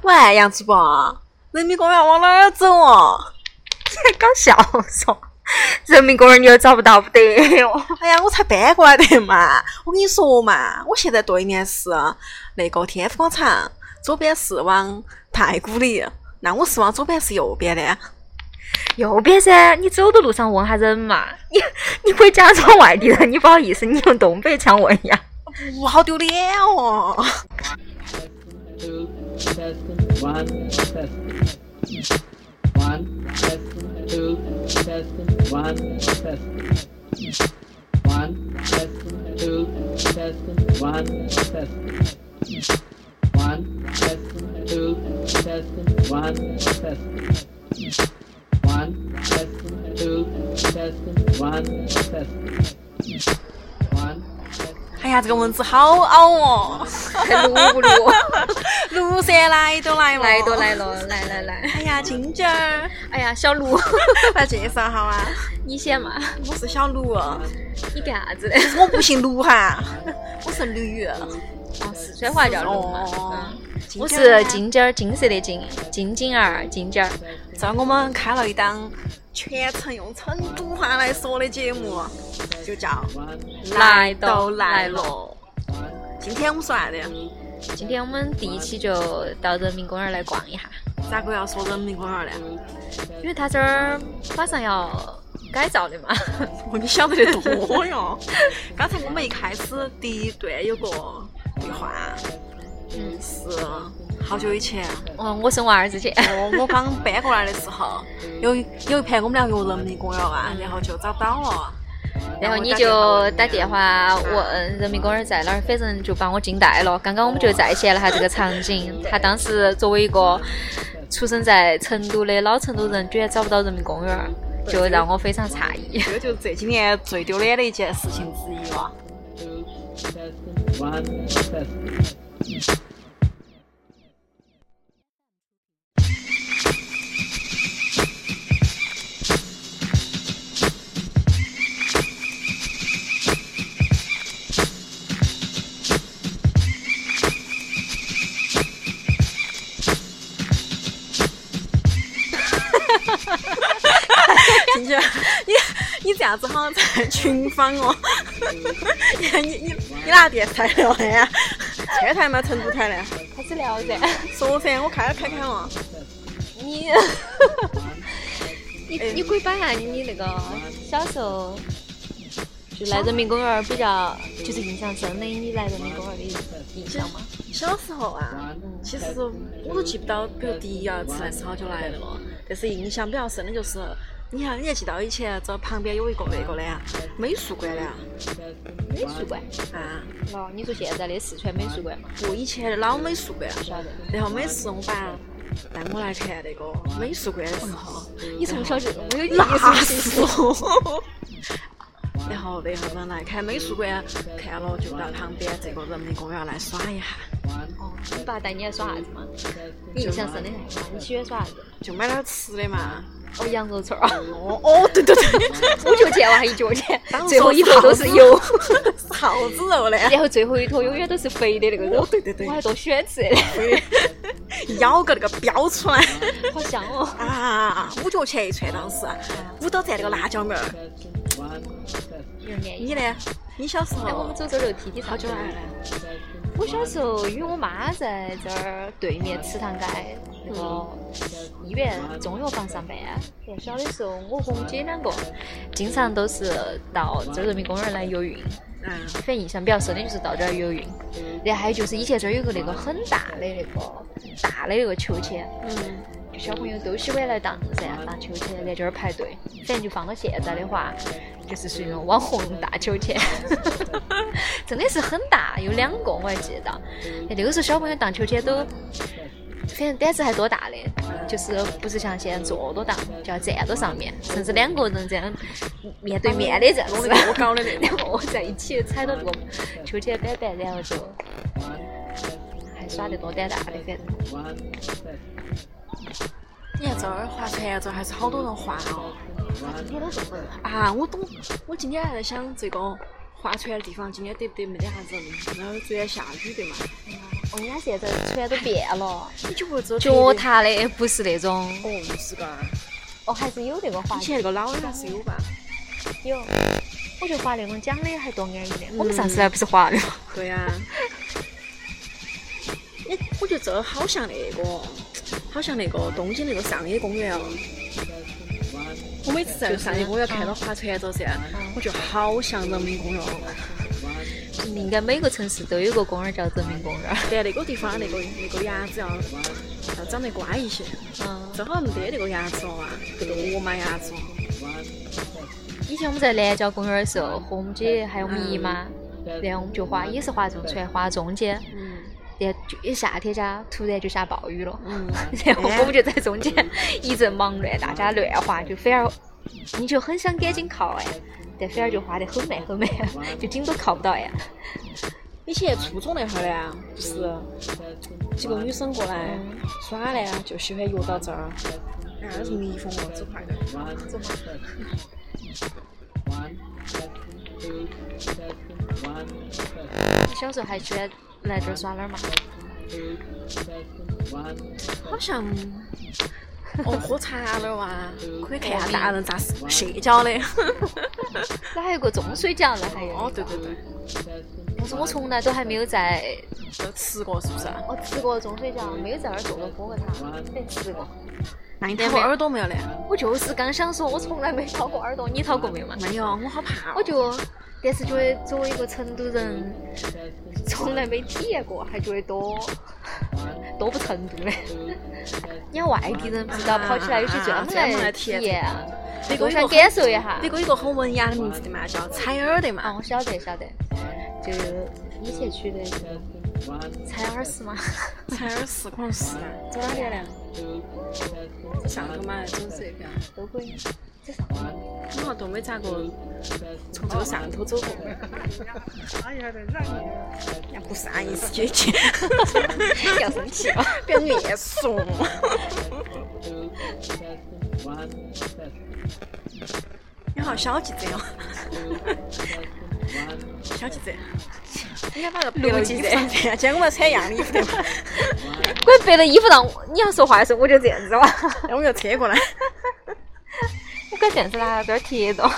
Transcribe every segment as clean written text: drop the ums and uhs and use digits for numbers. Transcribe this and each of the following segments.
喂，杨主播，人民公园往哪儿走啊？ 搞笑说，人民公园你又找不到不得哟。 哎呀，我才搬过来的嘛！我跟你说嘛，我现在对面是那个天府广场，左边是往太古里，那我是往左边是右边的。 右边噻，你走的路上问下人嘛。你可以假装外地人，你不好意思，你用东北腔问呀。 我好丢脸哦！哎呀，这个蚊子好咬哦！ 还录不录？ 录噻，来都来了， 来都来了，来。 哎呀，金姐儿， 哎呀，小卢， 来介绍好啊。 你先嘛。 我是小卢， 你干啥子的？ 我不姓卢哈，我是驴。 哦，四川话叫卢嘛。我是金尖儿，金色的金，金金儿，金尖儿。 这我们开了一档全程用成都话来说的节目，就叫来都来了。 今天我们说啥的？ 今天我们第一期就到人民公园来逛一下。 咋个要说人民公园呢？ 因为他这儿马上要改造的嘛。 你晓得的多哟。刚才我们一开始第一段有个对话，是好久以前。 我生娃儿之前。 我刚搬过来的时候，有一盘我们俩约人民公园嘛，然后就找不到了。 然后你就打电话问人民公园在哪儿，反正就把我惊呆了。刚刚我们就再现了下这个场景。他当时作为一个出生在成都的老成都人，居然找不到人民公园，就让我非常诧异。 这个就是这几年最丢脸的一件事情之一了。金姐，你这样子好像在群访哦。你哪电视台的呀？千台吗？成都台的？ 开始聊噻。 说噻，我开了。 你可以把下你那个小时候就来人民公园比较就是印象深的，你来人民公园的印象吗？ 小时候啊，其实我都记不到，比如第一次来是好久来的了。但是印象比较深的就是，你还记到以前这旁边有一个那个的呀，美术馆的呀。 美术馆啊？ 哦，你说现在的四川美术馆嘛？ 不，以前的老美术馆。 晓得。 然后每次我爸带我来看那个美术馆的时候， 你从小就没有艺术细胞。然后呢来看美术馆，看了就到旁边这个人民公园来耍一下。 哦，你爸带你来耍啥子嘛？你印象深的啥子嘛？你喜欢耍啥子？ 就买点吃的嘛。 哦，羊肉串儿。 哦，对。 5角钱，我还1角钱，最后一坨都是油， 耗子肉的。 然后最后一坨永远都是肥的那个肉。 对。 我还多选吃的。 咬个那个标出来。 好香哦。 啊，5角钱一串，当时五斗站那个辣椒面儿。你呢？你小时候？ 我们走这楼梯上。 好久来了。 我小时候与我妈在这儿对面池塘街那个医院中药房上班。小的时候，我和我姐2个经常都是到这人民公园来游泳。反正印象比较深的就是到这儿游泳。然后还有就是以前这儿有个那个很大的那个秋千。就小朋友都喜欢来荡秋千，在这儿排队。反正就放到现在的话，就是属于那种网红大秋千。真的是很大，有2个我还记得。那个时候小朋友荡秋千都，反正胆子还多大的，就是不是像现在坐多荡，就要站到上面，甚至2个人这样面对面的这样子， 多高的然后在一起踩到那个秋千板板，然后就还耍得多胆大的，反正。 你看这儿划船，这儿还是好多人划哦。 今天都这么多人啊！我今天还在想这个划船的地方，今天得不得没得啥子人，然后昨天下雨的嘛。 人家现在全都变了， 你就不知道脚踏的不是那种。 哦，是嘎。 哦，还是有那个滑。 以前那个老的还是有吧？ 有。我觉得滑那种桨的还多安逸的。我们上次来不是滑的吗？ 对呀。我觉得这好像那个东京那个上野公园哦。我每次在上野公园看到划船这些，我觉得好像人民公园哦。 应该每个城市都有个公园叫人民公园。 但那个地方那个鸭子要长得乖一些。这好像没得那个鸭子哦啊，那个罗马鸭子。 以前我们在南郊公园的时候，和我们姐还有咪妈，然后我们就滑，也是划这种船，划中间。然后就夏天家突然就下暴雨了，然后我们就在中间一阵忙乱，大家乱滑，就反而你就很想赶紧靠岸，但反而就滑得很慢很慢，就紧都靠不到岸。 以前初中那会儿呢，就是几个女生过来耍呢，就喜欢约到这儿。那是蜜蜂哦，走快点，走嘛。 你小时候还喜欢来这儿耍哪儿嘛？ 好像喝茶那儿哇，可以看下大人咋社交的。 那还有个种水饺呢，还有。 哦，对。 但是我从来都还没有在吃过，是不是？ 我吃过种水饺，没有在那儿坐过喝过茶，没吃过。 那你掏过耳朵没有呢？ 我就是刚想说，我从来没掏过耳朵，你掏过没有嘛？ 没有，我好怕。 但是觉得作为一个成都人，从来没体验过，还觉得多不成都的。你看外地人不知道跑起来有些专门来体验，我想感受一下。 那个有个很文雅的名字的嘛，叫采耳的嘛。 哦，我晓得，就以前去的采耳寺嘛。 采耳寺可能是走哪里呢？走上头嘛，走这边都可以。这上头我好像都没咋个从这个上头走过。 阿姨还在让你， 呀，不是阿姨是姐姐， 要生气了， 别乱说。你好小记者哦，小记者，你看把这别了衣服上去，今天我们穿一样的衣服的嘛。 关别的衣服上，你要说话的时候我就这样子嘛， 然后我就扯过来。 我感觉这样子拿边贴着。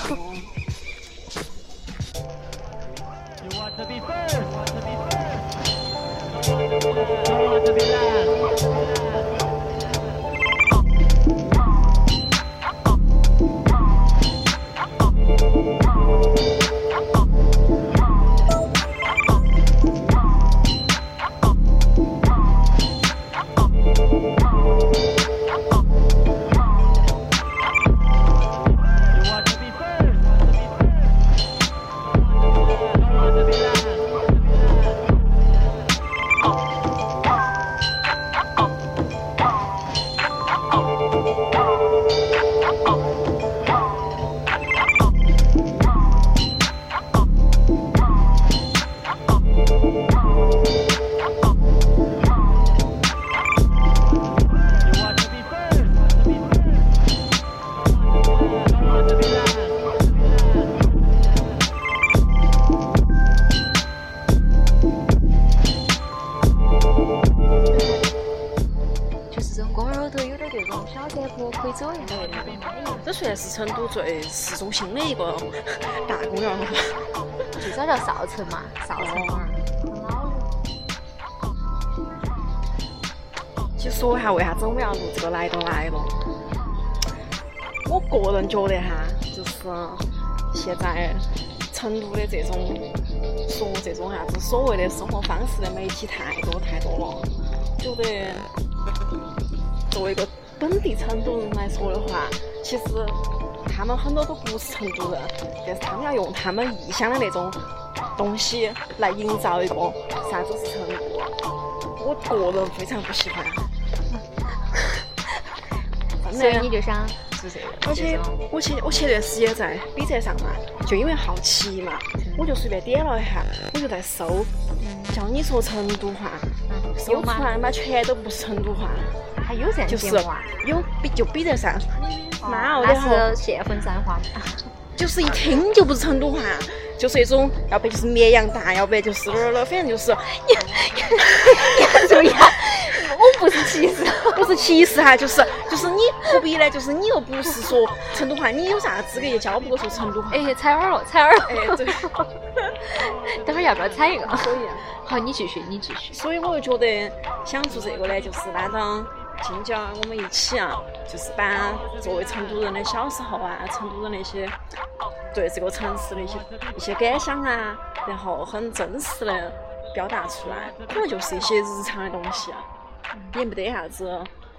这算是成都最市中心的一个大公园了吧？ 最早叫少城嘛，少城公园，很老了。 其实说一下为啥子我们要录这个来都来了，我个人觉得哈，就是现在成都的这种啥子所谓的生活方式的媒体太多了，觉得作为一个本地成都人来说的话，其实他们很多都不是成都人，但是他们要用他们异乡的那种东西来营造一个啥子是成都，我个人非常不喜欢。 所以你就想是这个？ 而且我前段时间在 B 站上嘛，就因为好奇嘛，我就随便点了一下，我就在搜，叫你说成都话，搜出来嘛全都不是成都话。 还有这样节目啊？ 有就 B 站上，妈哦， 那是县份散话。 就是一听就不是成都话，就是那种要不就是绵阳大，要不就是哪儿，反正就是注意啊，我不是歧视， 不是歧视哈，就是你何必呢？就是你又不是说成都话，你有啥资格也教不过说成都话？ 哎，踩耳了，踩耳了。 哎，对。 等会儿要不要踩一个？ 所以啊， 好，你继续。 所以我就觉得想做这个呢，就是拉到金家我们一起啊，就是把作为成都人的小时候啊，成都人那些对这个城市的一些感想啊，然后很真实的表达出来，可能就是一些日常的东西啊，也没得啥子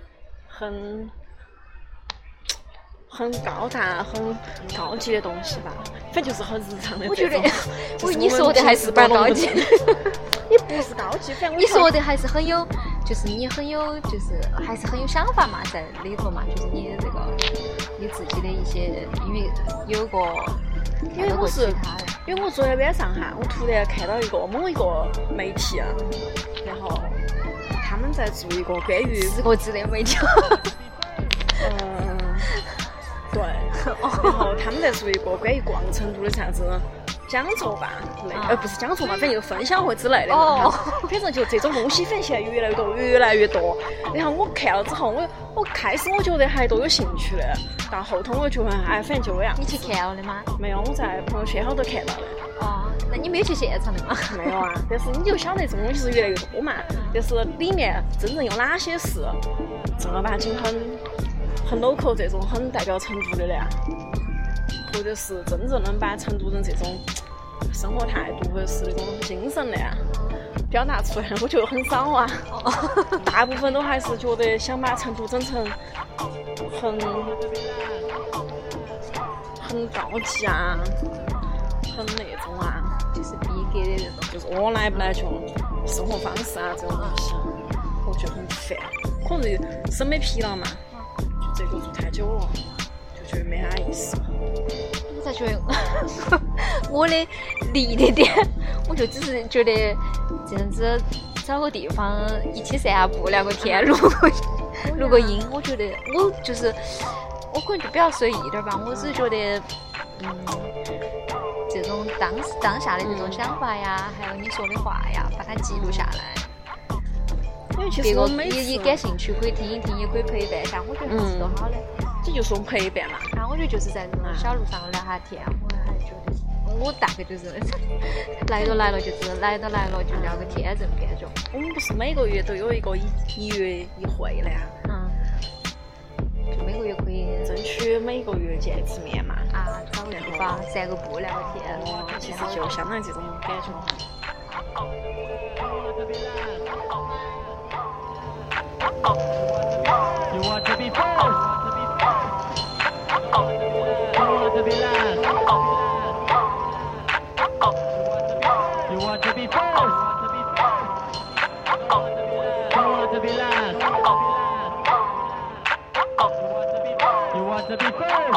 很高大、很高级的东西吧，反正就是很日常的。 我觉得，你说的还是蛮高级。 也不是高级，反正你说的还是很有，就是你很有，就是还是很有想法嘛，在里头嘛，就是你这个你自己的一些，因为有个， 因为我昨天晚上哈，我突然看到某一个媒体啊，然后他们在做一个关于 4个字的媒体。 对，然后他们在做一个关于逛成都的啥子讲座吧，不是讲座嘛，反正一个分享会之类的嘛。反正就这种东西，反正现在越来越多。然后我看了之后，我开始我觉得还都有兴趣的，到后头我就反正就这样。 你去看了的吗？ 没有，我在朋友圈好多看到的。 哦，那你没有去现场的吗？ 没有啊，但是你就晓得这种东西是越来越多嘛，就是里面真正有哪些是正儿八经很 local 这种很代表成都的呢，或者是真正能把成都人这种生活态度或者是那种精神的表达出来，我觉得很少啊。大部分都还是觉得想把成都整成很高级啊，很那种啊， 就是逼格的这种， 就是我来不来就生活方式啊这种东西，我觉得很烦，可能审美疲劳嘛。这个做太久了，就觉得没啥意思。 我才觉得我的离的点，我就只是觉得这样子找个地方一起散下步聊个天，录个音，我觉得我可能就比较随意点吧，我只是觉得这种当下的这种想法呀，还有你说的话呀，把它记录下来。 因为其别个实我每次也感兴趣，可以听一听，也可以陪伴一下，我觉得还是多好的。 这就是我们陪伴嘛。 啊，我觉得就是在这种小路上聊下天，我还觉得我大概就是来都来了，就是来都来了就聊个天这种感觉。 我们不是每个月都有一个一月一会的呀？ 就每个月可以争取每个月见一次面嘛。 啊，找个地方散个步聊个天。 其实就相当于这种感觉。 You want to be first? You want to be last? You want to be first? You want to be last? You want to be first?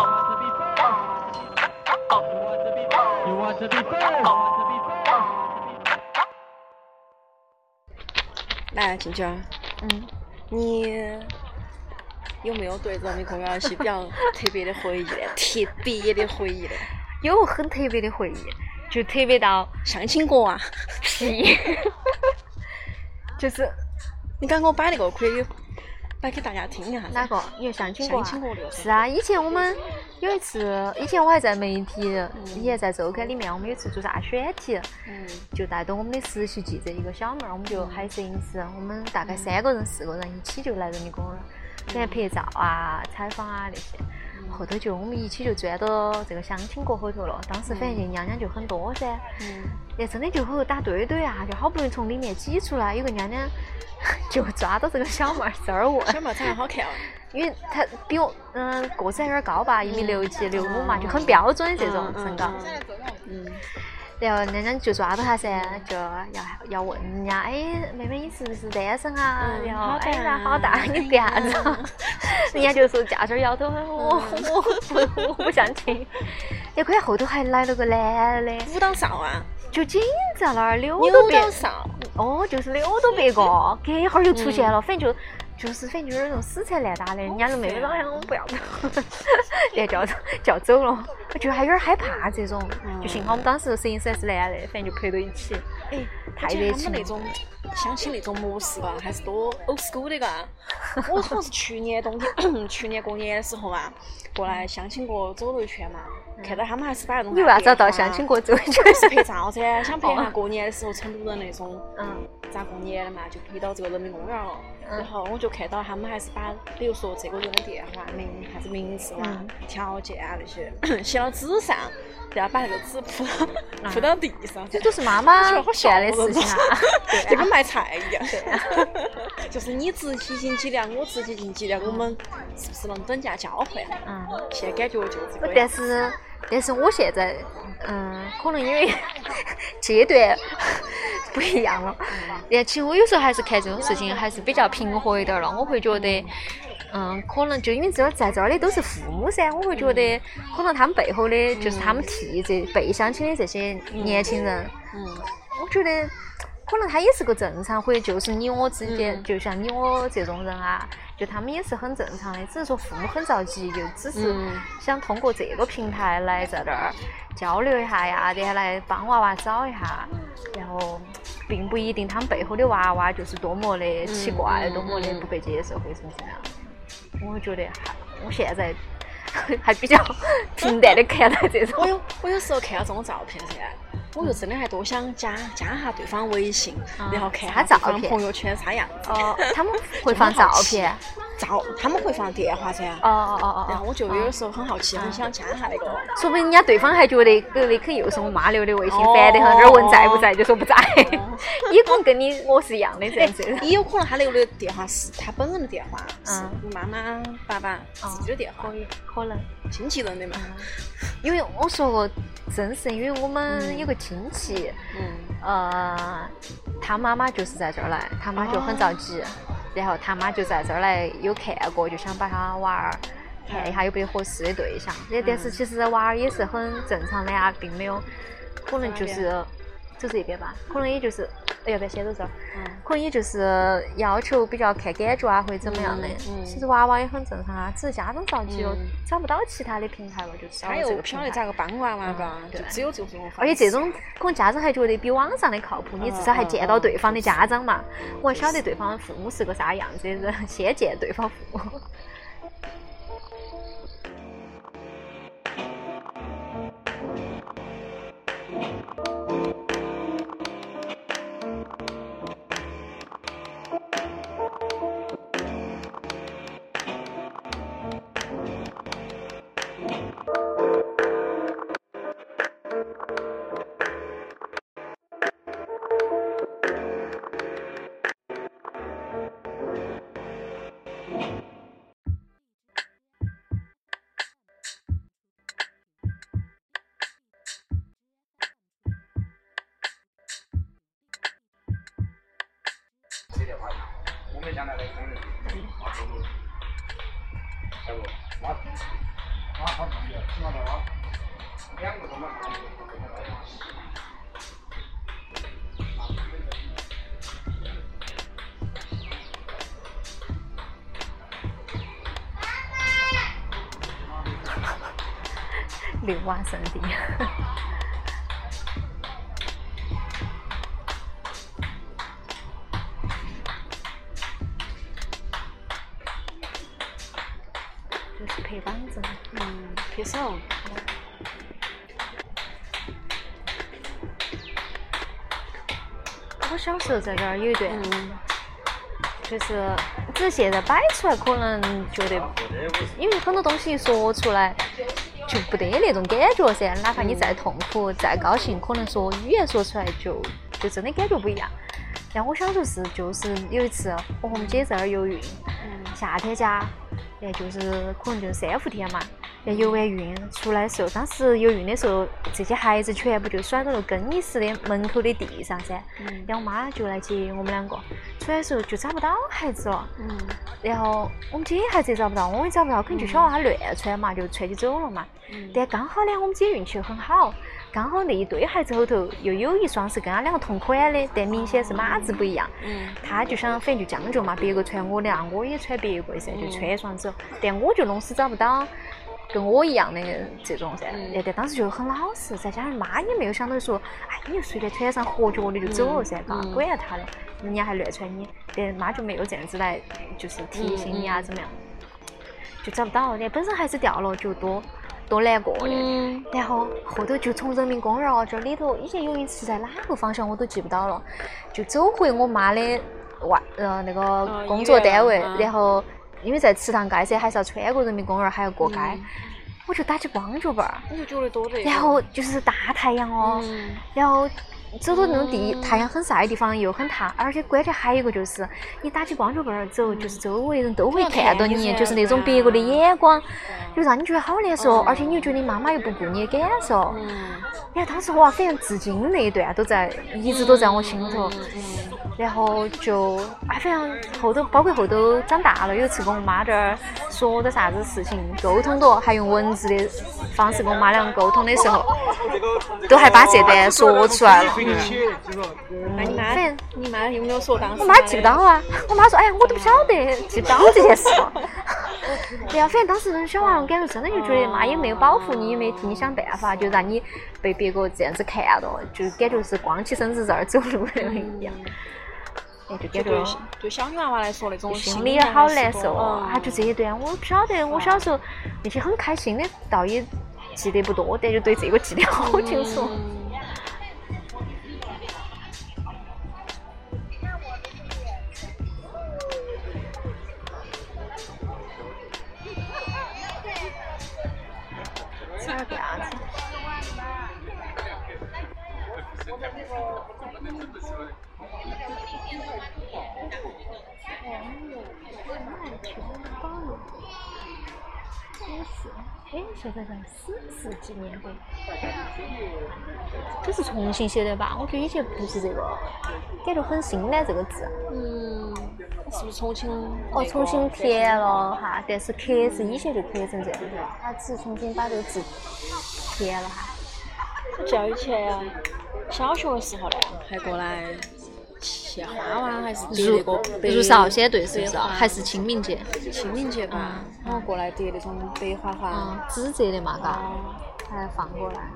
You want to be first? 来，静静。你有没有对人民公园一些比较特别的回忆呢？特别的回忆呢？ 有很特别的回忆，就特别到相亲过啊？ 屁，就是你刚给我摆那个可以摆给大家听一下。 哪个？你有相亲过？ 相亲过的。 是啊，以前我们有一次，以前我还在媒体，也在周刊里面，我们有一次做啥选题，就带动我们的实习记者一个小妹儿，我们就还摄影师，我们大概3个人4个人一起就来人民公园，给人拍照啊、采访啊那些。后头就我们一起就钻到这个相亲国后头了，当时反正娘娘就很多噻，也真的就后头打对啊，就好不容易从里面挤出来，有个娘娘就抓到这个小妹儿这儿问， 小妹儿长得好看哦。 因为她比我个子还有点高吧，1.67米65嘛，就很标准的这种身高。然后娘娘就抓到他噻，就要问人家，哎，妹妹你是不是单身啊？然后哎呀好大，你干啥子？人家就说架着摇头，我不想听。结果后头还来了个男的， 舞蹈少啊， 就紧在那儿溜到别扭到少， 就是溜到别个，隔一会儿又出现了，反正就就是反正就是那种死缠烂打的，人家的妹妹让我不要，连叫走了，我觉得还有点害怕这种。就幸好我们当时摄影师还是男的，反正就陪到一起。 哎， 太热情了。 他们那种相亲那种模式吧，还是多 old school 的嘎。我好像是去年冬天，去年过年的时候啊，过来相亲国走了一圈嘛，看到他们还是把那种你为啥子要到相亲国走一圈？ 是拍照噻，想拍下过年的时候成都人那种，咋过年的嘛，就拍到这个人民公园了。然后我就看到他们还是把，比如说这个人的电话啥子名字啊、条件啊那些写到纸上，然后把那个纸铺到地上。 这都是妈妈干的事情啊， 就跟卖菜一样。就是你直系尽几两，我直系尽几两，我们是不是能等价交换？现在感觉就这个。 但是我现在，可能因为阶段不一样了。其实我有时候还是看这种事情还是比较平和一点了。我会觉得，可能就因为在这儿的都是父母噻，我会觉得可能他们背后的就是他们替这被相亲的这些年轻人，我觉得可能他也是个正常，或者就是你我之间，就像你我这种人啊。就他们也是很正常的，只是说父母很着急，就只是想通过这个平台来在这儿交流一下呀，然后来帮娃娃找一下，然后并不一定他们背后的娃娃就是多么的奇怪，多么的不被接受或者怎么样。我觉得我现在还比较平淡的看待这种。 我有时候看到这种照片噻。我就真的还多想加下对方微信，然后看下对方朋友圈啥样子。 他们会放照片， 他们会放电话噻。然后我就有时候很好奇，很想加下那个。 说不定人家对方还觉得那肯又是我妈留的微信，烦得很，这儿问在不在就说不在，也可能跟我是一样的这样子。 也有可能他留的电话是他本人的电话，是妈妈、爸爸自己的电话， 可能经纪人的嘛。 因为我说过，正是因为我们有个亲戚，他妈妈就是在这儿来，他妈就很着急，然后他妈就在这儿来有看过，就想把他娃儿看一下有没有合适的对象。但是其实娃儿也是很正常的呀，并没有，可能就是走这边吧，可能也就是要不要先走这儿？可能也就是要求比较看感觉啊，或者怎么样的。其实娃娃也很正常啊，只是家长着急了，找不到其他的平台了，就少了这个平台。他又不晓得咋个帮娃娃嘎，就只有这种方式。 而且这种可能家长还觉得比网上的靠谱，你至少还见到对方的家长嘛，我还晓得对方的父母是个啥样子的人，先见对方父母。六娃圣地。就是陪绑子， 陪手。 我小时候在这儿有一段，就是只是现在摆出来，可能觉得，因为很多东西说出来就不得那种感觉噻。哪怕你再痛苦、再高兴，可能说语言说出来就真的感觉不一样。然后我小时候就是有一次，我和我们姐在那儿游泳，夏天家，就是可能就是3伏天嘛。游完泳出来的时候，当时游泳的时候，这些孩子全部就甩到了更衣室的门口的地上噻。然后我妈就来接我们两个，出来的时候就找不到孩子了。然后我们姐孩子也找不到，我也找不到，肯定就晓得他乱窜嘛，就窜起走了嘛。但刚好呢，我们姐运气很好， 刚好那一堆孩子后头又有一双是跟他两个同款的，但明显是码子不一样。他就想反正就将就嘛，别个穿我的啊，我也穿别个噻，就穿一双走。但我就弄死找不到跟我一样的这种噻，但当时就很老实，再加上妈也没有想到说，哎，你就随便穿上合脚的就走了噻，干嘛管他的，人家还乱穿你，但妈就没有这样子来就是提醒你啊怎么样，就找不到，但本身还是掉了，就多难过的。然后后头就从人民公园这里头，以前游泳池在哪个方向我都记不到了，就走回我妈的那个工作单位，然后因为在池塘街噻，还是要穿过人民公园，还要过街，我就打起光脚板儿， 你就觉得多累。 然后就是大太阳哦，然后走到那种太阳很晒的地方又很烫，而且关键还有一个就是你打起光脚板儿走，就是周围人都会看到你，就是那种别个的眼光，就让你觉得好难受，而且你又觉得你妈妈又不顾你的感受。然后当时哇，反正至今那一段一直都在我心头。然后就反正后头包括后头长大了，有一次跟我妈这儿说的啥子事情沟通的，还用文字的方式跟我妈两个沟通的时候，都还把这段说出来了。 那你妈有没有说当时？ 我妈记不到啊，我妈说哎呀我都不晓得，记不到这件事。然后反正当时小娃娃感觉真的就觉得妈也没有保护你，也没替你想办法，就让你被别个这样子看到，就感觉是光起身子这儿走路的一样。就感觉对小女娃娃来说那种心里好难受啊！就这一段我不晓得，我小时候那些很开心的倒也记得不多，但就对这个记得好清楚。啥个样子？现在是14纪念碑，这是重新写的吧？我觉得以前不是这个，感觉很新的这个字。 是不是重新？ 重新填了哈，但是刻是以前就刻成这样子，他只是重新把这个字填了哈。 我记得以前小学的时候呢，还过来献花哇，还是叠那个入少先对是不是？还是清明节？ 清明节吧，然后过来叠那种白花花， 纸质的嘛，嘎，还放过来。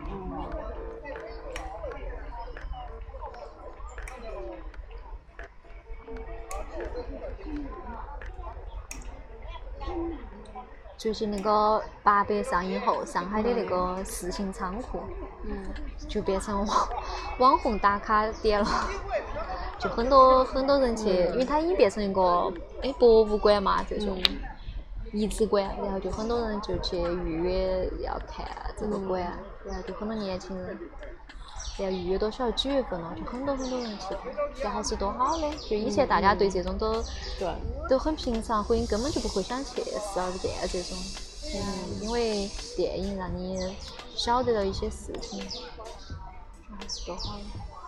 最近那个八佰上映后，上海的那个四行仓库，就变成网红打卡点了，就很多人去，因为它已经变成一个博物馆嘛，这种遗址馆，然后就很多人就去预约要看这个馆，然后就很多年轻人。要预约多少几月份了？就很多人去看，这还是多好的。就以前大家对这种都很平常，或者根本就不会想去视而不见这种。因为电影让你晓得了一些事情，还是多好的。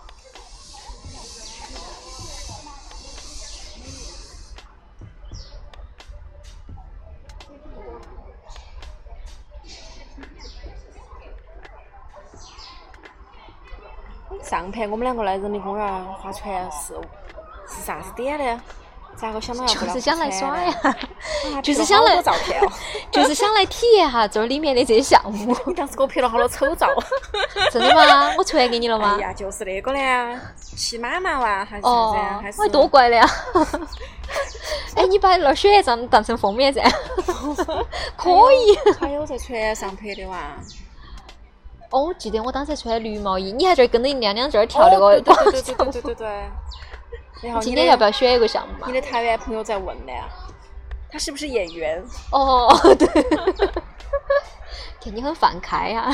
上盘我们两个来人民公园划船是啥子点呢？咋个想到要就是想来耍呀， 就是想来照片， 就是想来体验下这里面的这些项目。 你当时给我拍了好多丑照， 真的吗？我传给你了吗？ 哎呀，就是那个呢，骑妈妈哇，还是啥子？还是我多怪的呀！哎，你把那雪藏当成封面噻，可以。 还有在船上拍的哇。 我记得我当时穿绿毛衣，你还在跟着娘娘这儿跳那个对。然后今天要不要选一个项目嘛？ 你的台湾朋友在问呢，他是不是演员？ 对。看你很放开呀。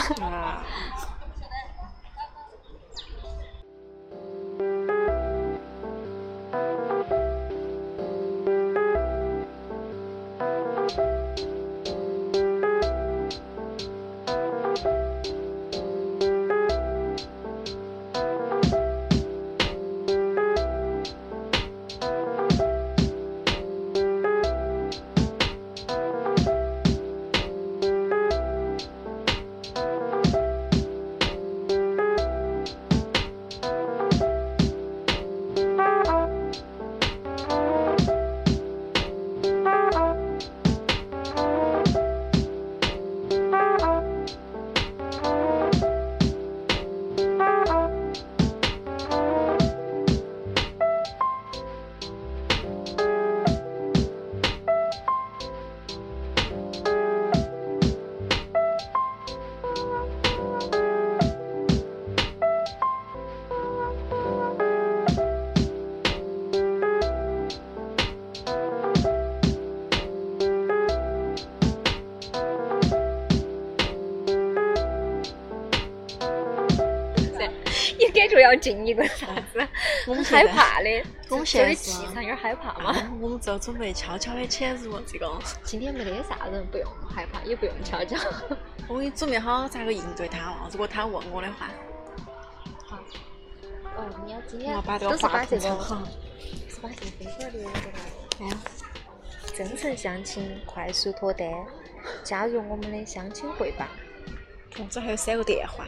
觉要进一个啥子，很害怕的， 我们这里现在是气场有点害怕嘛。 我们就准备悄悄的潜入这个。 今天没得啥人，不用害怕，也不用悄悄。 我已经准备好咋个应对他了。如果他问我的话， 好。哦，你要今天要把这都个话筒是把这个， 撑好。 是把这个飞车留着的。 哎呀， 真诚相亲，快速脱单，加入我们的相亲会吧。 哦，这还有3个电话。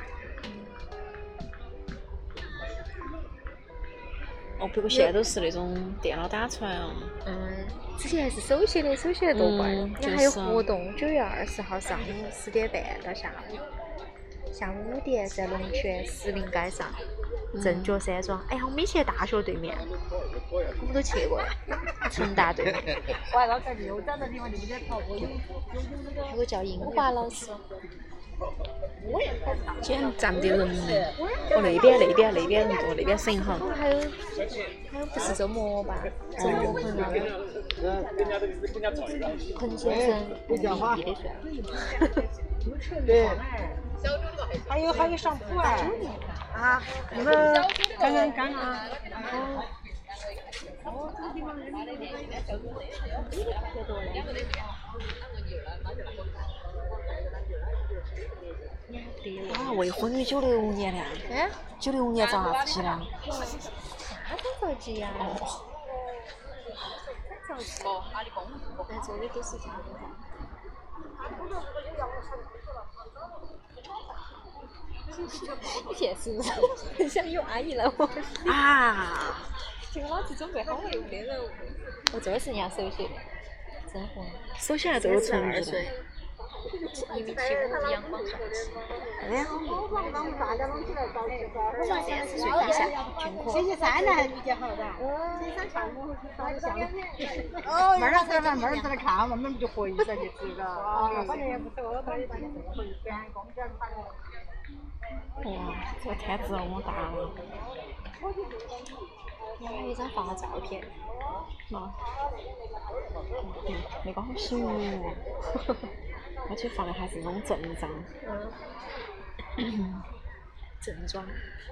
哦，不过现在都是那种电脑打出来了。 之前还是手写的，手写的多怪。 就是还有活动，9月20号上午10点半到下午5点在龙泉石林街上。正觉山庄，哎呀，我们以前大学对面，我们都去过，成大对面。 我还老感觉我长的地方就不在跑步， 有个叫英华老师， 今天站不得人呢。哦，那边人多，那边声音好。 还有不是周末吧？周末可能彭先生不地的算。 对，还有上铺啊！啊，你们刚啊！ 啊，未婚女96年的。96年遭啥子急了？ 他真着急呀！ 哦。 但做的都是啥子？以前是不是很想有阿姨来我啊！ 结果老子准备好了又没人。我这是人家手写的，真红。 手写都有成绩的。 1.75米阳光帅气。 哎呀， 40岁以下均可。 星期3来理解好的。星期3上午哦，妹儿在那，妹儿在那看，我们就回去再去吃个。反正也不错，反正回去边公边反正。 哇，这个摊子那么大了。 还有一张放了照片。 那个好醒目。而且放的还是那种正装。正装。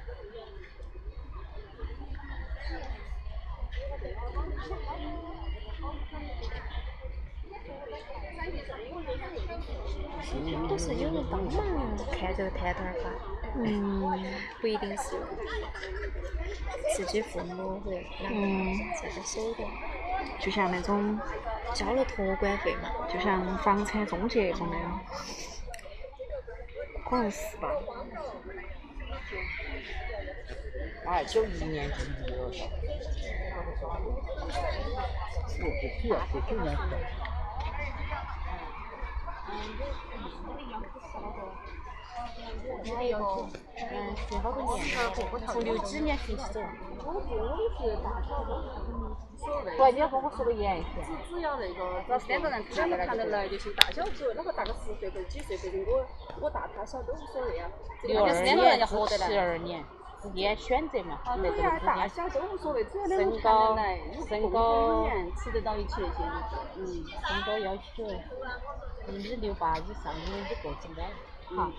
都是有人帮忙看这个摊摊发。不一定是自己父母会拿这个手段。 就像那种交了托管费嘛， 就像房产中介那种的，可能是吧。 91年进的。 还有是好多年， 从60几年提起走。 不，你要跟我说的严一些。 只要那个，只要3个人看得来就行。大小只哪个大个10岁或者几岁，反正我大他小都无所谓啊。 62年至12年，自己选择嘛。 对呀，大小都无所谓，只要两个人看得来， 身高吃得到一起就行。 身高要求1.68米以上的就够进来。好。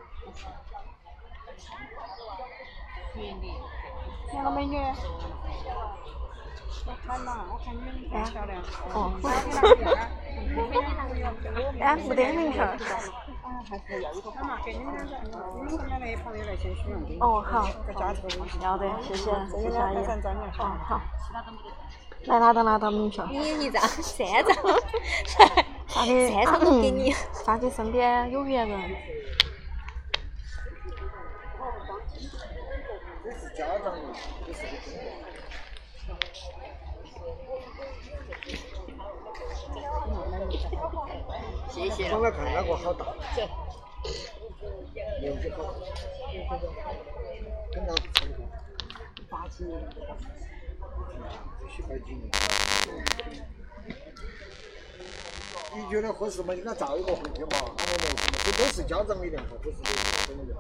两个美女。我看嘛，我看你们太漂亮。 哦。哎，没得名片。 还是要一个嘛，给你们两个朋友来先许愿。 哦，好。 再加这个微信。 要的，谢谢阿姨。哦，好。来拿到名片。 你1张，3张， 发给 3张都给你， 发给身边有缘人。 这是家长的，这是谢谢。刚才看那个好大。年纪好。跟那参考。80年。必须摆紧。你觉得合适吗？你给他照一个回去嘛，俺们没什么，这都是家长的电话，不是真的。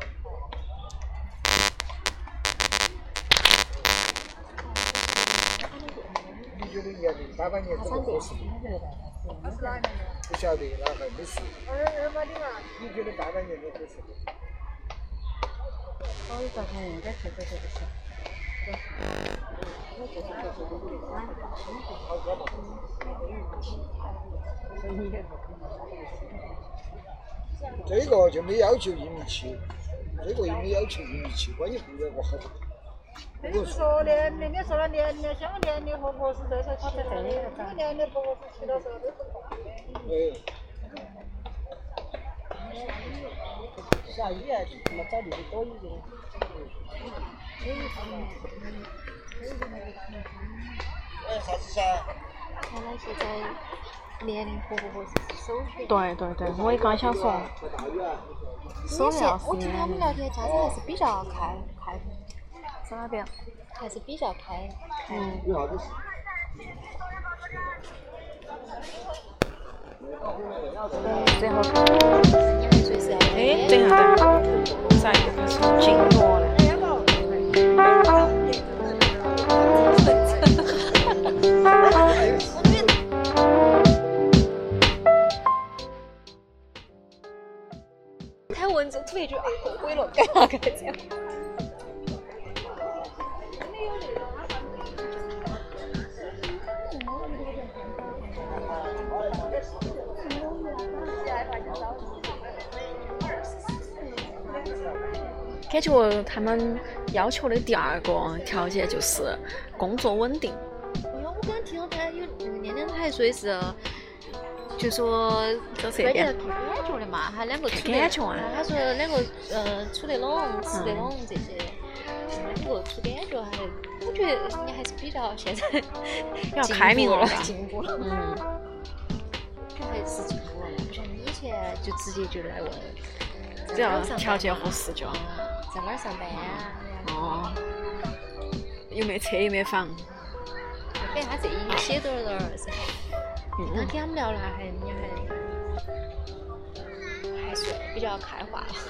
你觉得年龄800年这个合适吗？不晓得，那还没事。你觉得800年的合适吗？ 所以说他应该去这个去。 这个就没要求1.7米，这个也没要求1.7米，关键不要我好大。 那你说年龄，你说了年龄，像年龄合不合适这时候起的，这年龄不合适起的时候都不大的。 下雨啊，就他妈找地方多一点。 啥子噻？ 看来现在年龄合不合适是首选。 对对对，我也刚想说，首要是我听他们聊天，家长还是比较开放， 在哪边？ 还是比较开。 有啥子事？ 然后， 因为随时要哎，等一下，咋又开始静默了？ 看文字突然就后悔了，干嘛该这样？ 感觉他们要求的第二个条件就是工作稳定。 哎呀，我刚听到他有念念他还说的是，就说这边关键看感觉的嘛，他两个处得感觉啊他说两个处得拢，吃得拢这些，两个处感觉还，我觉得人家还是比较现在比较开明了吧进步了，还是进步了，不像你以前就直接就来问， 只要条件合适就。 在哪儿上班啊？ 哦，有没车有没房？ 反正他这一写多了噻。那跟他们聊了，人家还是比较开化了。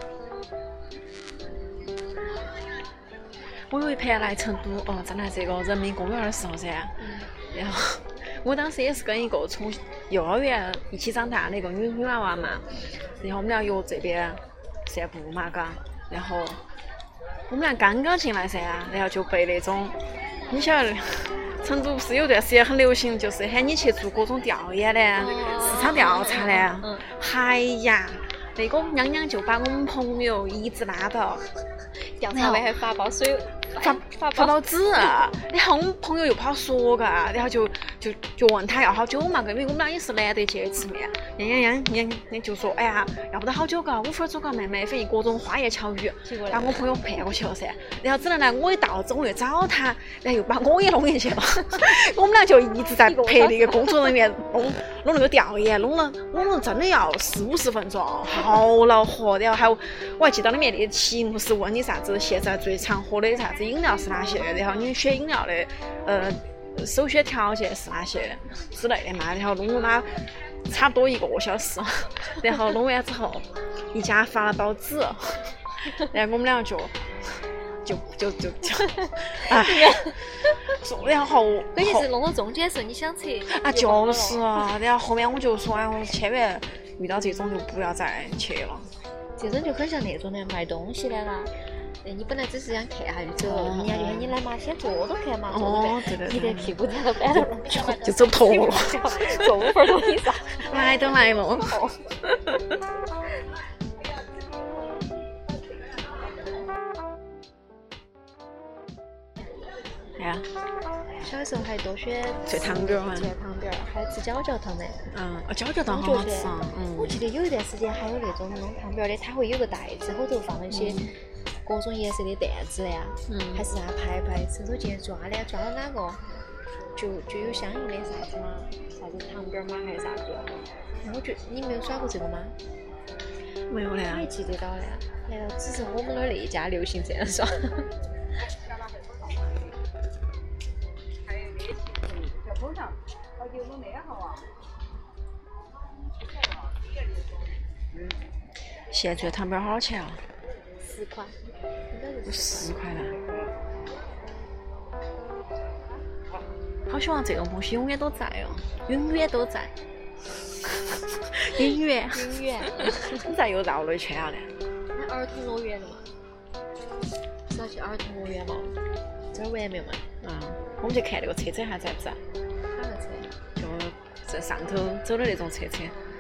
我有一盘来成都在来这个人民公园的时候噻，然后我当时也是跟一个从幼儿园一起长大的一个女娃娃嘛，然后我们俩约这边散步嘛，嘎。然后我们俩刚刚进来噻，然后就被那种，你晓得，成都不是有段时间很流行，就是喊你去做各种调研的，市场调查的。哎呀，那个娘娘就把我们朋友一直拉到调查完还发包水， 发包纸，然后我们朋友又不好说嘎，然后就问他要好久嘛，因为我们俩也是难得见一次面，人就说哎呀，要不到好久嘎，5分钟嘎妹妹，反正各种花言巧语，把我朋友骗过去了噻。然后只能呢，我一到中午找他，然后又把我也弄进去了。我们俩就一直在陪那个工作人员弄那个调研，弄了真的要40-50分钟，好恼火。然后我还记得里面的题目是问你啥子，现在最常喝的啥子饮料是哪些，然后你选饮料的首选条件是哪些之类的嘛，然后弄了差不多1个小时，然后弄完之后一家发了包纸，然后我们俩就哎，然后关键是弄到中间的时候你想吃啊，就是啊，然后后面我就说哎，我千万遇到这种就不要再去了。 这种就很像那种的卖东西的啦。你本来只是想看下就走，人家就喊你来嘛，先坐着看嘛， 对， 你的屁股站到板头就走脱了， 坐5分钟以上， 来都来了。哎呀， 小的时候还多选脆糖饼嘛， 脆糖饼，还吃搅糖的。 搅糖好好吃。 我记得有一段时间还有那种弄糖饼的，它会有个袋子，后头放了一些各种颜色的蛋子呀，还是啥牌，伸手进去抓的，抓到哪个就有相应的啥子嘛，啥子糖饼嘛，还是啥子。我觉得你没有耍过这个吗？ 没有嘞。 我还记得到嘞，难道只是我们那儿那一家流行这样耍？现在糖饼好多钱啊 ？10块，应该 10 是块了。好希望这种东西永远都在哦，永远都在。永远。 永远。 现在又绕了一圈了呢。 那儿童乐园的嘛？ 早去儿童乐园嘛，这儿玩没有嘛？ 我们去看那个车车还在不在？ 哪个车？ 就在上头走的那种车车。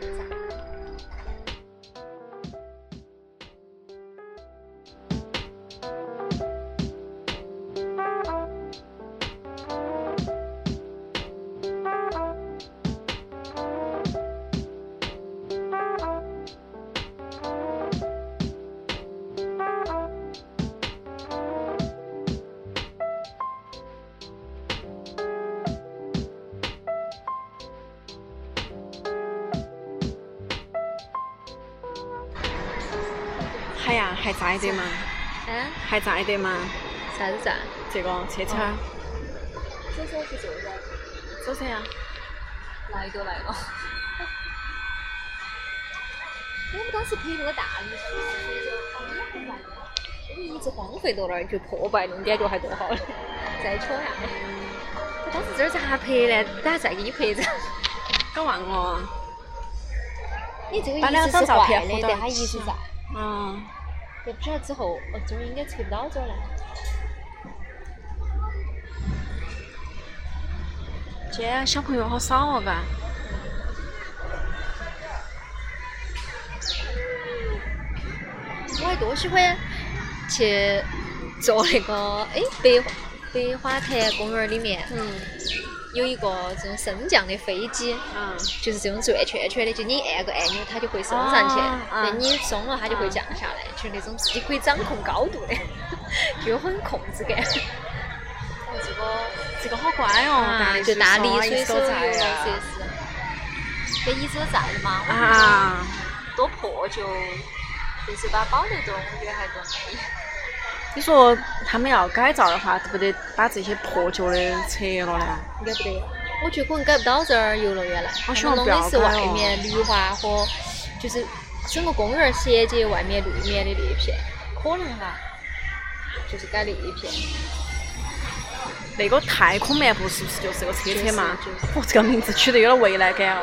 还呀，还在的吗？还在的吗？ 啥子站？ 这个车车。 走去坐噻。 走噻呀。 来都来了。我们当时拍那个大理石，我们一直荒废到那儿，就破败那种感觉还多好了。再瞧下。当时这儿咋拍呢？等下再给你拍一张。 搞忘了。 你这个仪式是坏的，但它仪式在。也不晓得之后，这儿应该测不到这儿了。 今天小朋友好少哦，嘎。 我还多喜欢去坐那个北花坛公园里面，有一个这种升降的飞机，就是这种转圈圈的，就你按个按钮，它就会升上去，那你松了它就会降下来，就是那种自己可以掌控高度的，就有很控制感。 这个好乖哦， 就大丽水手游乐设施，这一直都在的嘛。多破旧，但是把它保留着，我觉得还多安逸。 你说他们要改造的话，不得把这些破旧的拆了呢？ 应该不得。我觉得可能改不到这儿游乐园来。 我希望不要改弄的是外面绿化和就是整个公园衔接外面绿面的那一片，可能哈，就是改那一片。 那个太空漫步是不是就是这个车车嘛？这个名字取得有点未来感哦。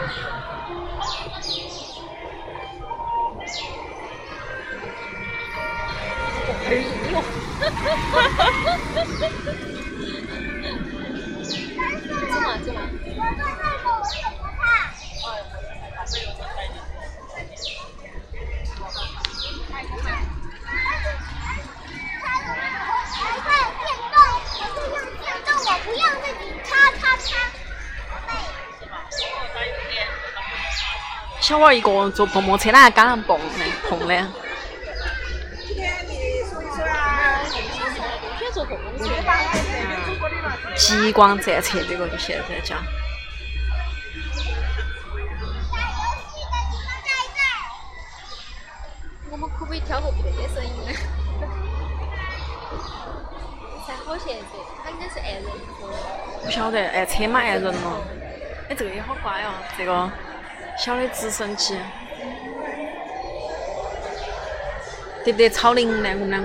哎呦！走嘛。 小娃一个人坐蹦蹦车，哪还敢蹦的？碰的。极光战车这个就现在叫。 我们可不可以挑个不得声音的？才好现在，它应该是按人头。 不晓得按车嘛，按人了。哎，这个也好乖哦，这个小的直升机。得不得超龄呢？我们两个。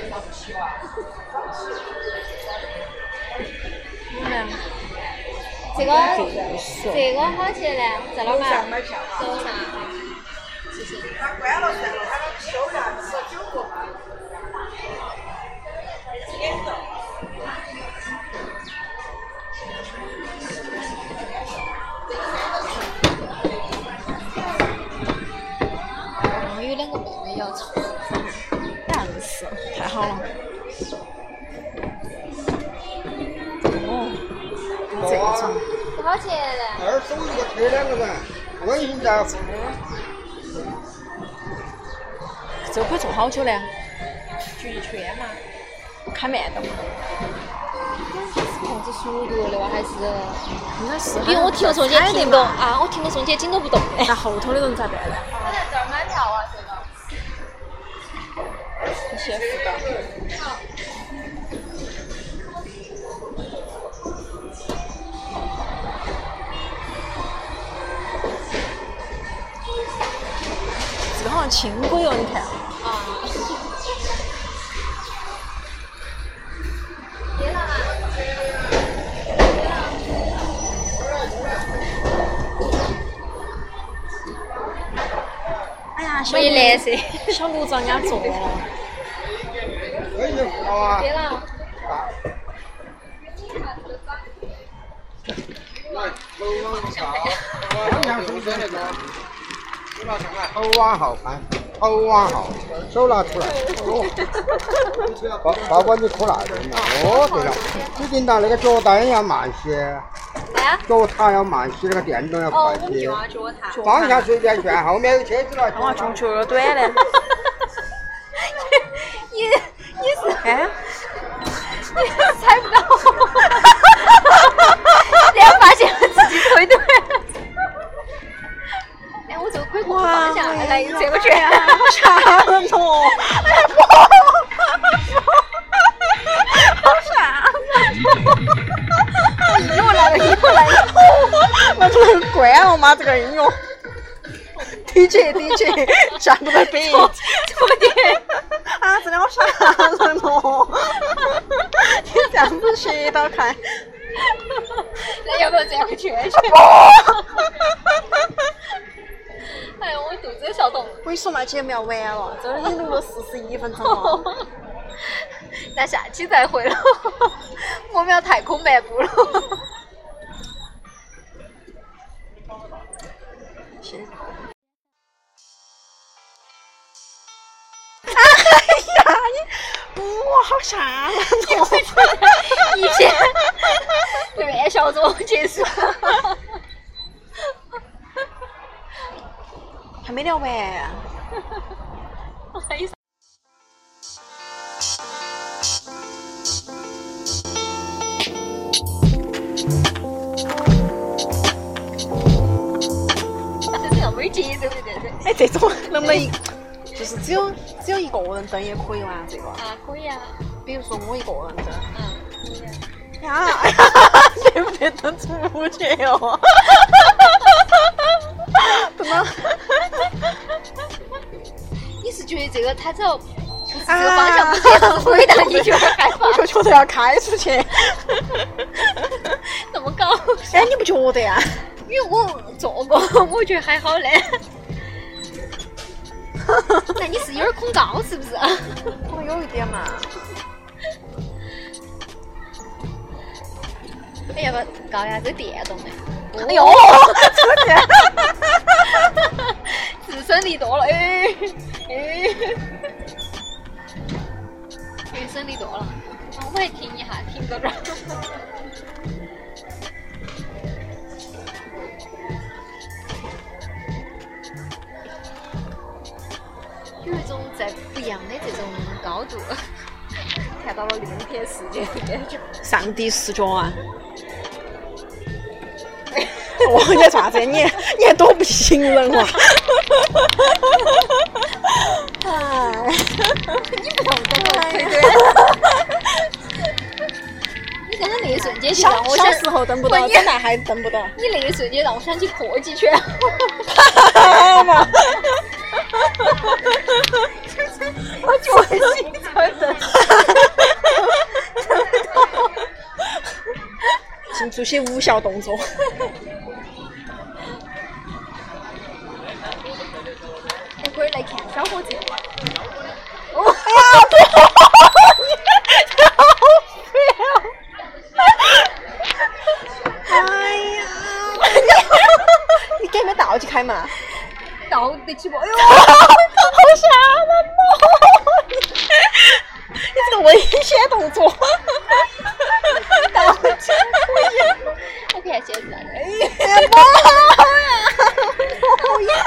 这个好钱呢？在哪买？手上。谢谢。他关了算了，他收下19个。有2个妹妹要抽。 但是太好了。这种。 多少钱呢 ？2手一个推2个人，温馨照顾。 这个可以做好久呢？ 就1圈嘛。 开慢动。 控制速度的哇，还是？ 应该是。 比如我停了瞬间停动啊，我停了瞬间紧都不动。 那后头的人咋办呢？ 我在这儿买票啊，这个。 先付的。这个好像轻轨哦，你看。 没蓝色， 小鹿找人家坐了。 可以好啊。 别了。 来，猴王桥，好像是那个，手拿上来，猴王号看，猴王号，手拿出来。宝宝你可来了嘛？哦，对了，你领导那个脚单要慢些，脚踏要慢些，那个电动要快些。方向随便选，后面有车子了。 哇，穷球有点短的。 你是哎， 你猜不到，然后发现了自己腿短。哎，我这个可以控制方向，来这个圈， 好吓人哦！好吓人！ 又来了， 那这很关了吗？这个应用。的确，全部在背。 错点。 啊，真的好吓人哦！你这样子学到看。 那要不要这样圈？哎呦，我肚子小动。 我跟你说嘛，节目要完了，这已经录了41分钟了。 那下期再会了，我们要太空漫步了。 哎呀，哇，好吓人哦！ 一片乱笑中结束。 还没聊完啊。 这是要没节奏的这种。 哎，这种能不能就是只有一个人登也可以玩这个？ 啊，可以啊。 比如说我一个人登。 可以啊。 呀，对不对？登出去哦。真的。 你是觉得这个他只要不是这个方向不对，是轨道，你就会害怕？ 我就觉得要开出去。 那么高？ 哎，你不觉得呀？ 因为我做过，我觉得还好嘞。那你是有点恐高是不是？ 可能有一点嘛。 哎，要不要搞一下这电动的？ 哎呦， 自身力多了，哎，自身力多了。我也停一下，停到这儿。有一种在不一样的这种高度，看到了另一片世界的感觉。 上帝视角啊！哦，你在啥子？你还多不信任哇！哎， 你不同跟我推对。你刚刚那一瞬间就让我想， 小时候登不到，长大还登不到。 你那一瞬间让我想起破几拳。 好嘛！ 我就会心疼的。 请做些无效动作。 我可以来看小伙子。 哦，哎呀，不要！你好烦！哎呀，你给没倒起开嘛？ 倒得起不？哎呦， 好吓人哦！你这个危险动作。倒起可以。 我看现在。 哎呀，不好呀！讨厌。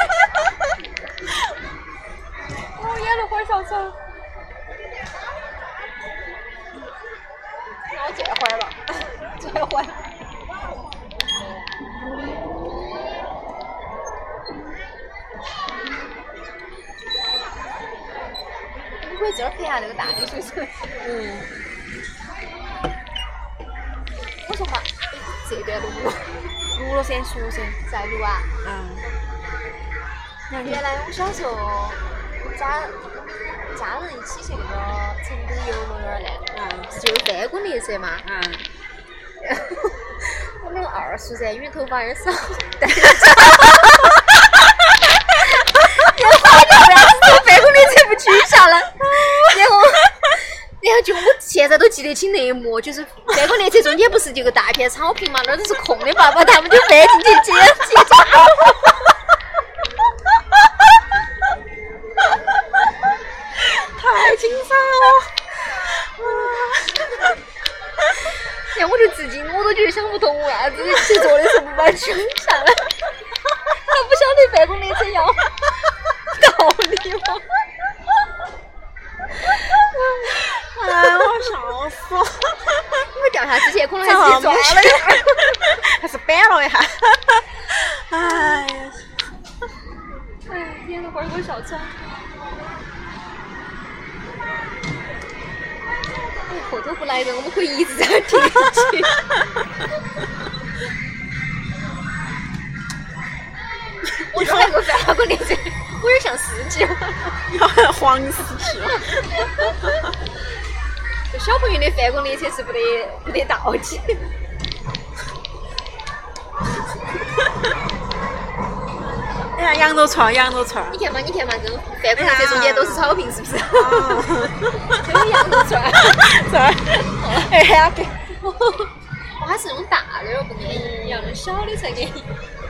我眼泪花小丑。那我这会儿了，这会儿。你可以这儿拍下那个大的水声。我说嘛，这段录了噻，熟噻， 在录啊。原来我小时候家人一起去那个成都游乐园嘞，不是就有3公里噻嘛。我们2叔噻，因为头发有点少，但是然后3公里才不取下来，然一幕，就是翻滚列车中间不是有个大片草坪嘛，那儿都是空的，爸爸他们就翻进去接炸。 太精彩了！ 然后我就至今我都觉得想不通，为啥子去做的时候不把枪下来？他不晓得翻滚列车要道理吗？ 哎，我笑死了！ 因为掉下之前可能还自己抓了一下， 还是板了一下。哎呀！ 哎，天呐，快给我笑出来！后头不来人，我们可以一直在那听下去。我说那个翻滚列车，我有点像司机了， 要黄死去了。 就小朋友的翻滚列车是不得倒起。 哎呀，羊肉串，羊肉串。 你看嘛，跟翻滚列车中间都是草坪，是不是？这是羊肉串。 串。哎呀，给。 我还是那种大的，不给你要那小的才给你。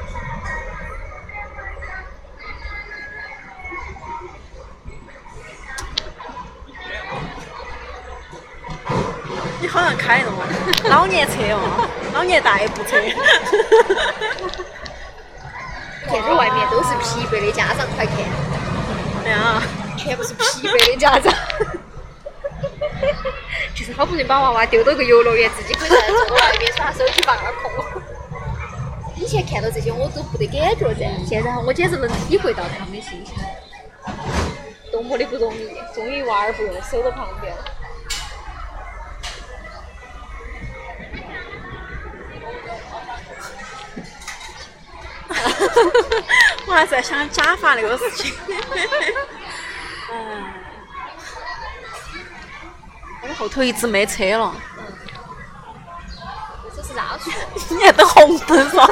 你好像开那种老年车哦，老年代步车。 看这外面都是疲惫的家长，快看！ 哎呀， 全部是疲惫的家长。就是好不容易把娃娃丢到个游乐园，自己可以在坐到外面耍手机发空。以前看到这些我都不得感觉噻，现在我简直能体会到他们的心情，多么的不容易！终于娃儿不用守到旁边了。 我还在想假发那个事情。我后头一直没车了。 这是啥树？ 你还等红灯嗦？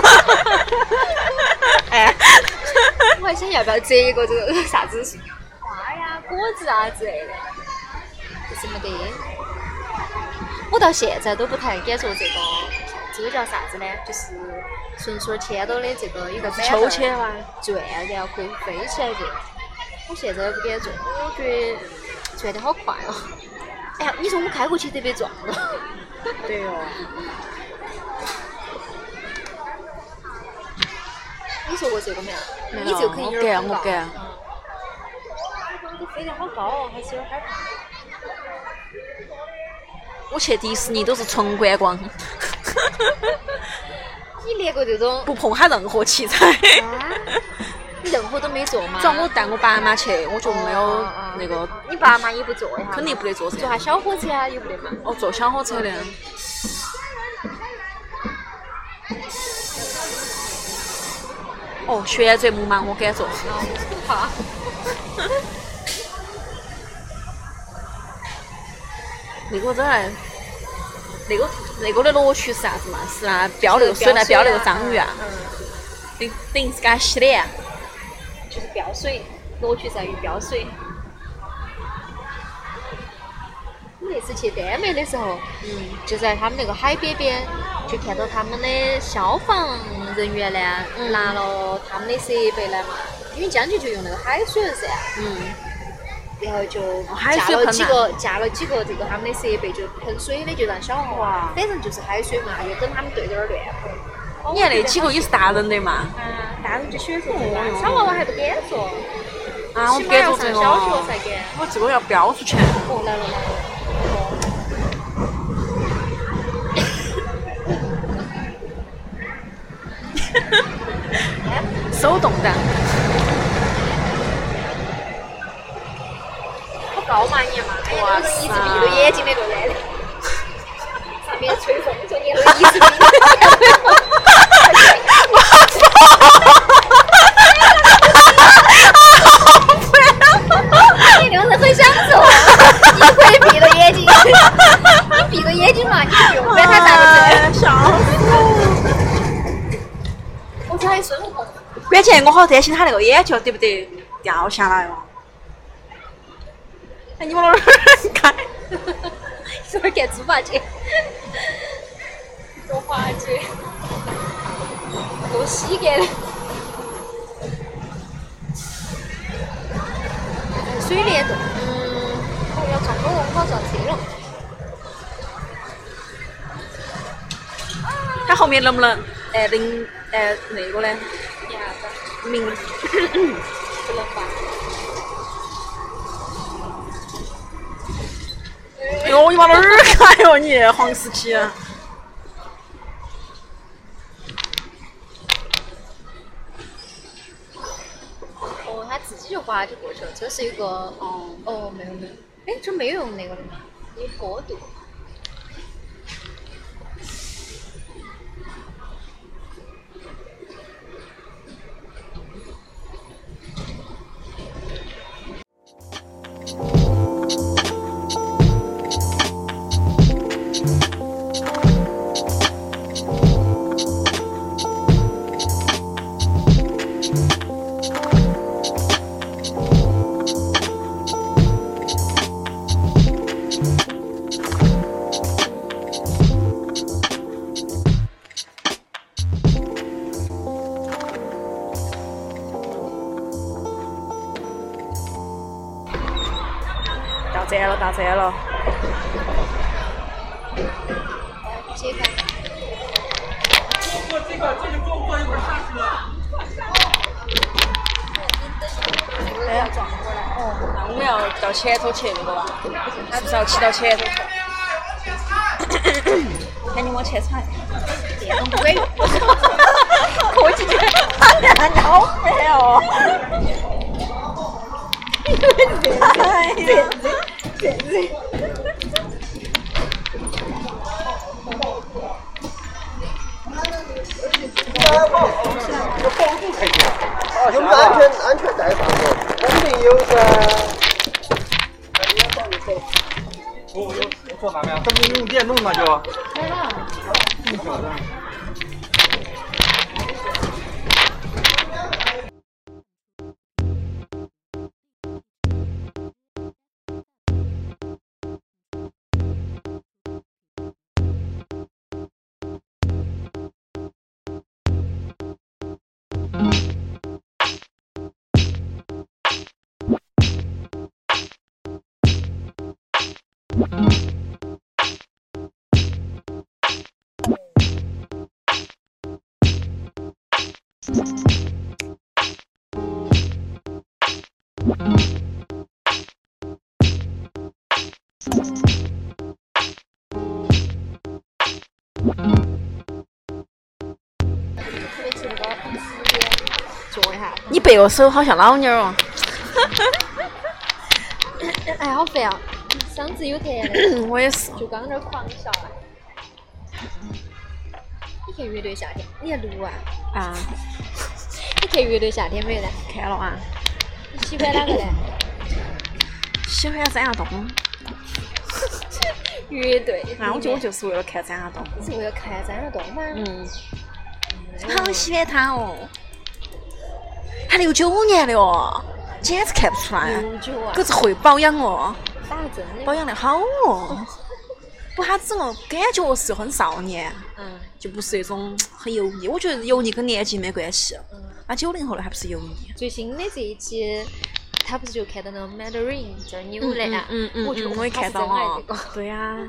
哎， 我还想要不要折一个这个啥子花呀、果子啊之类的，就是没得。我到现在都不太敢说这个叫啥子呢？就是纯属牵到的这个一个秋千吧， 转然后可以飞起来这个。我现在不敢转，我觉得转得好快哦。哎呀，你说我开过去得被撞了。 对哦。 你说过这个没有？ 没有。 你这个肯定有点我敢。 这飞得好高哦，还是有点害怕。 我去迪士尼都是纯观光。 你连个这种不碰它任何器材。 你任何都没坐吗？ 只要我带我爸妈去，我就没有那个。 你爸妈也不坐呀？ 肯定不得坐车。 坐下小火车啊，也不得嘛。 哦，坐小火车的。哦，旋转木马我敢坐。 好。 那个在那个的乐趣是啥子嘛？是那飙那个水来飙那个章鱼啊。等于是给它洗脸。 就是飙水，乐趣在于飙水。我那次去丹麦的时候，就在他们那个海边边，就看到他们的消防人员呢，拿了他们的设备来嘛，因为江津就用那个海水了噻。然后就架了几个这个他们的设备，就喷水的，就让小娃娃，反正就是海水嘛，就等他们对着那儿乱喷。 你看那几个也是大人的嘛？ 大人就喜欢坐这个，小娃娃还不敢坐。 我不敢坐这个。 小学才敢。 我这个要飙出去。 哦，来了。 手动的。 好高嘛你嘛，哎呀，那个一直闭着眼睛那个人，上面吹风说你那个一直闭着眼睛。你那个人很享受，你可以闭着眼睛，你闭着眼睛嘛，你不用管他咋个子。 笑死！ 我这还有孙悟空。 关键我好担心他那个眼球对不对掉下来了。哎，你往哪儿开？ 是会看猪八戒，多滑稽，多喜感的。水帘洞，要中国文化上车了。 它后面能不能那个呢？明不能吧？ 哎呦，你往哪儿看哟你黄十七？ 哦，他自己就滑就过去了，这是一个没有，哎，这没有用那个的吗？有坡度。 到站了。 解开。 那我们要到前头去那个吧？是不是要骑到前头去？赶紧往前踩。 电动不管用。 科技犬，你好烦哦！ 有没有安全带上过？肯定有噻。 有做啥没有？这不用电动吗？就。 来了。坐一下。 你背个手好像老妞哦。 哎，好烦啊！嗓子有痰的。 我也是。 就刚那狂笑啊！你看乐队夏天，你在录啊？ 啊。 你看乐队夏天没有呢？ 看了啊。 你喜欢哪个呢？ 喜欢张亚东。 乐队。 那我就是为了看张亚东。 你是为了看张亚东吗？ 好喜欢他哦。他69年的哦，简直看不出来。 69啊！ 可是会保养哦。 打针的。 保养得好哦。不，他整个感觉是很少年。就不是那种很油腻。我觉得油腻跟年纪没关系。那90后的还不是油腻。 最新的这一期，他不是就看到那个 Mandarin 这儿扭的啊？ 我也看到了。对呀。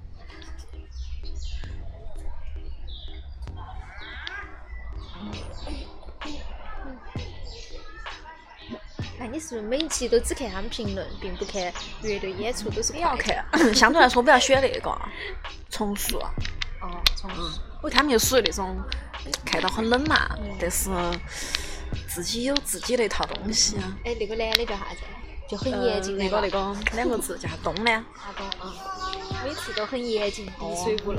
那你是不是每一期都只看他们评论，并不看乐队演出？都是也要看。相对来说，我比较喜欢那个重塑。 重塑。 因为他们就属于那种看到很冷嘛，但是自己有自己的一套东西。 哎，那个男的叫啥子？就很严谨。 那个2个字叫东呢。 阿东啊，每次都很严谨，滴水不漏。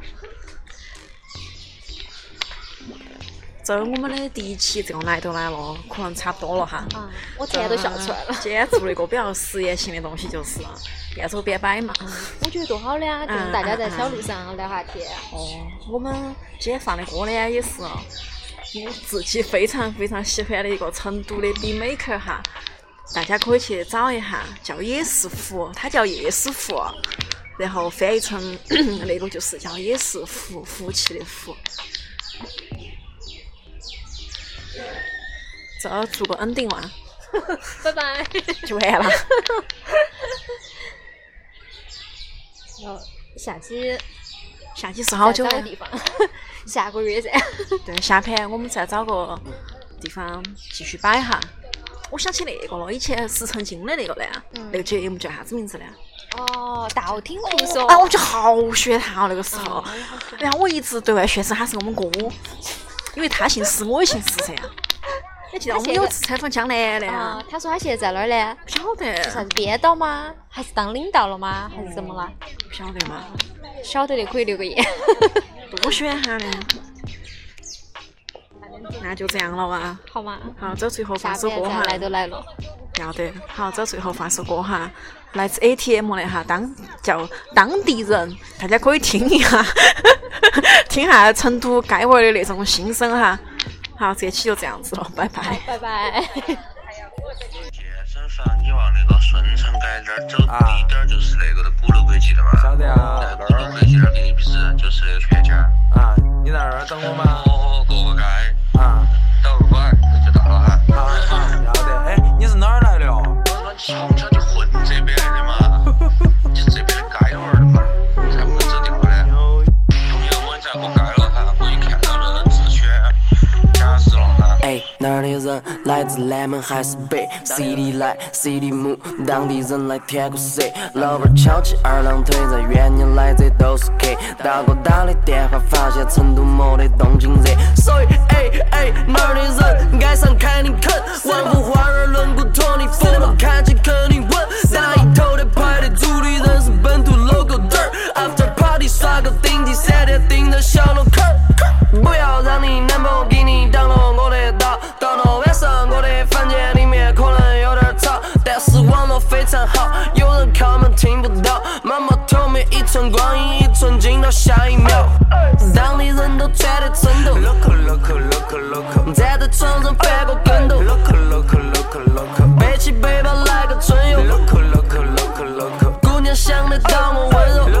这我们的第一期这个来都来了，可能差不多了哈。 我痰都笑出来了。 今天做了一个比较实验性的东西，就是边走边摆嘛。 我觉得多好的啊，就是大家在小路上聊下天。 我们今天放的歌呢，也是我自己非常非常喜欢的一个成都的 beatmaker 哈，大家可以去找一下，叫野师傅，他叫叶师傅。 然后翻译成那个就是叫也是福气的福。这做个 ending 嘛， 拜拜， 就完了。 然后下期是好久的找个地方，下个月噻。 对，下盘我们再找个地方继续摆哈。我想起那个了，以前石成金的那个呢，那个节目叫啥子名字呢？ 哦，道听途说。 啊，我就好喜欢他那个时候，然后我一直对外宣称他是我们哥，因为他姓石，我也姓石噻。你记得我们有次采访江南的啊？ 他说他现在在哪儿呢？ 不晓得。 是啥子编导吗？还是当领导了吗？还是怎么了？ 不晓得吗？ 晓得的可以留个言。 多喜欢他呢。那就这样了哇。 好吗？ 好，走最后放首歌哈。 来都来了。 要得。好，走最后放首歌哈，来自 ATM 的哈，叫当地人，大家可以听一下，听下成都街尾的那种心声哈。好，这期就这样子了，拜拜。 拜拜。 健身房，你往那个顺城街这儿走低点儿就是那个的鼓楼国际的嘛。 晓得啊。 在鼓楼国际那儿隔壁是就是那个全家。 啊，你在那儿等我吗？ 过个街。 啊。 到会儿就到了哈。 好，晓得。哎，你是哪儿来的哦？ 我从小就混这边的嘛，就是这边的街味儿的嘛，才不能走掉的。同样我在过街了哈，我一看到了自选。 哎，哪儿的人来自南门还是北 ？CD 来 CD 木，当地人来填个 C。老板翘起二郎腿，在远年来这都是 K。打过打的电话，发现成都没得东京热。所以哪儿的人爱上看你啃，万福花园轮毂托尼风，看起肯定稳。那一头的排的主理人是本土 logo 底儿 ，After Party 刷个顶级3天顶的小楼坑。不要让你男朋友给你挡了我的道，到了晚上我的房间里面可能有点吵，但是网络非常好，有人敲门听不到，妈妈头面一寸光阴一寸金到下一秒，当地人都穿的成都 loco， 站在床上翻个跟斗 loco， 背起背包来个春游 loco， 姑娘想得到我温柔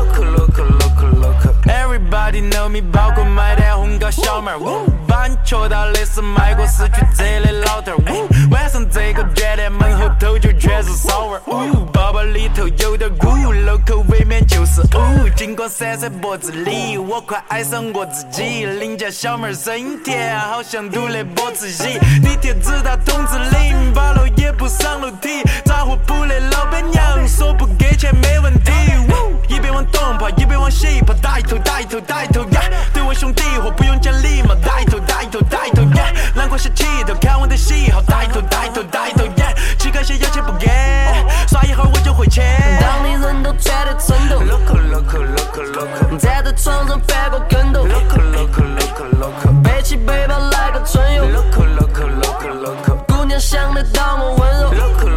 loco，Everybody know me， 包括卖点红糕小妹儿，把你戳到的是迈过市区这的老头儿，晚上这个酒店门后头就全是骚味儿，包包里头有点鼓 ，loco 未免就是金光闪闪脖子里，我快爱上我自己，邻家小妹儿声音甜，好像读了波子戏，地铁直达筒子岭，8楼也不上楼梯，杂货铺的老板娘说不给钱没问题，一边往东跑一边往西跑，带头呀！对我兄弟伙不用讲礼貌，带头呀！难过些起头，看我的喜好，带头呀！乞丐些要钱不给，刷一会儿我就会钱。当地人都穿的成都 ，loco， 站在床上翻个跟斗 ，loco， 背起背包来个春游 ，loco， 姑娘想得到我温柔 ，loco，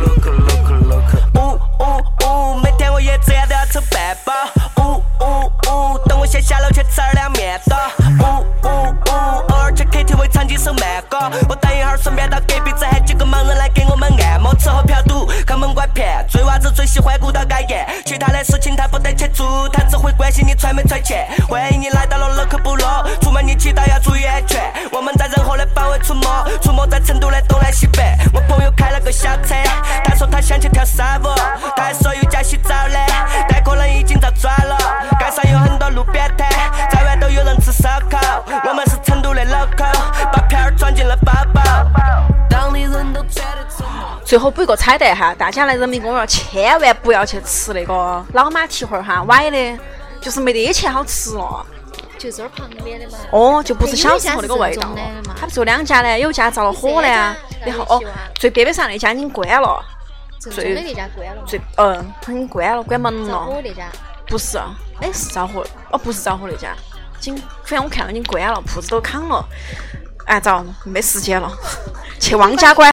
每天我也这样都要抽半包。等我先下楼去吃2面刀，偶尔去 KTV 唱几首慢歌，我等一会儿顺便到隔壁再喊几个盲人来给我们按摩，吃喝嫖赌看门怪骗，追娃子最喜欢鼓捣改演，其他的事情他不得去做，他只会关心你赚没赚钱。欢迎你来到了乐客部落，出门你记得要注意安全，我们在任何的范围出没在成都的东南西北。我朋友开了个小车，他说他想去跳沙舞，他还说有家洗澡的，但可能已经遭抓了。街上有很多路边摊，在外都有人吃烧烤，我们是成都的 loco， 把片儿装进了包包，当地人都穿的成都。 最后补一个彩蛋哈，大家来人民公园千万不要去吃那个老马蹄花哈，歪的，就是没得钱好吃了。 就这儿旁边的嘛。 哦，就不是小时候那个味道了。它不是有2家呢，有一家着了火的呀，然后最边边上那家已经关了。 最那家关了。 已经关了，关门了。 着火那家。 不是，是着火，不是着火那家，反正我看到已经关了，铺子都扛了。哎，没时间了，去汪家馆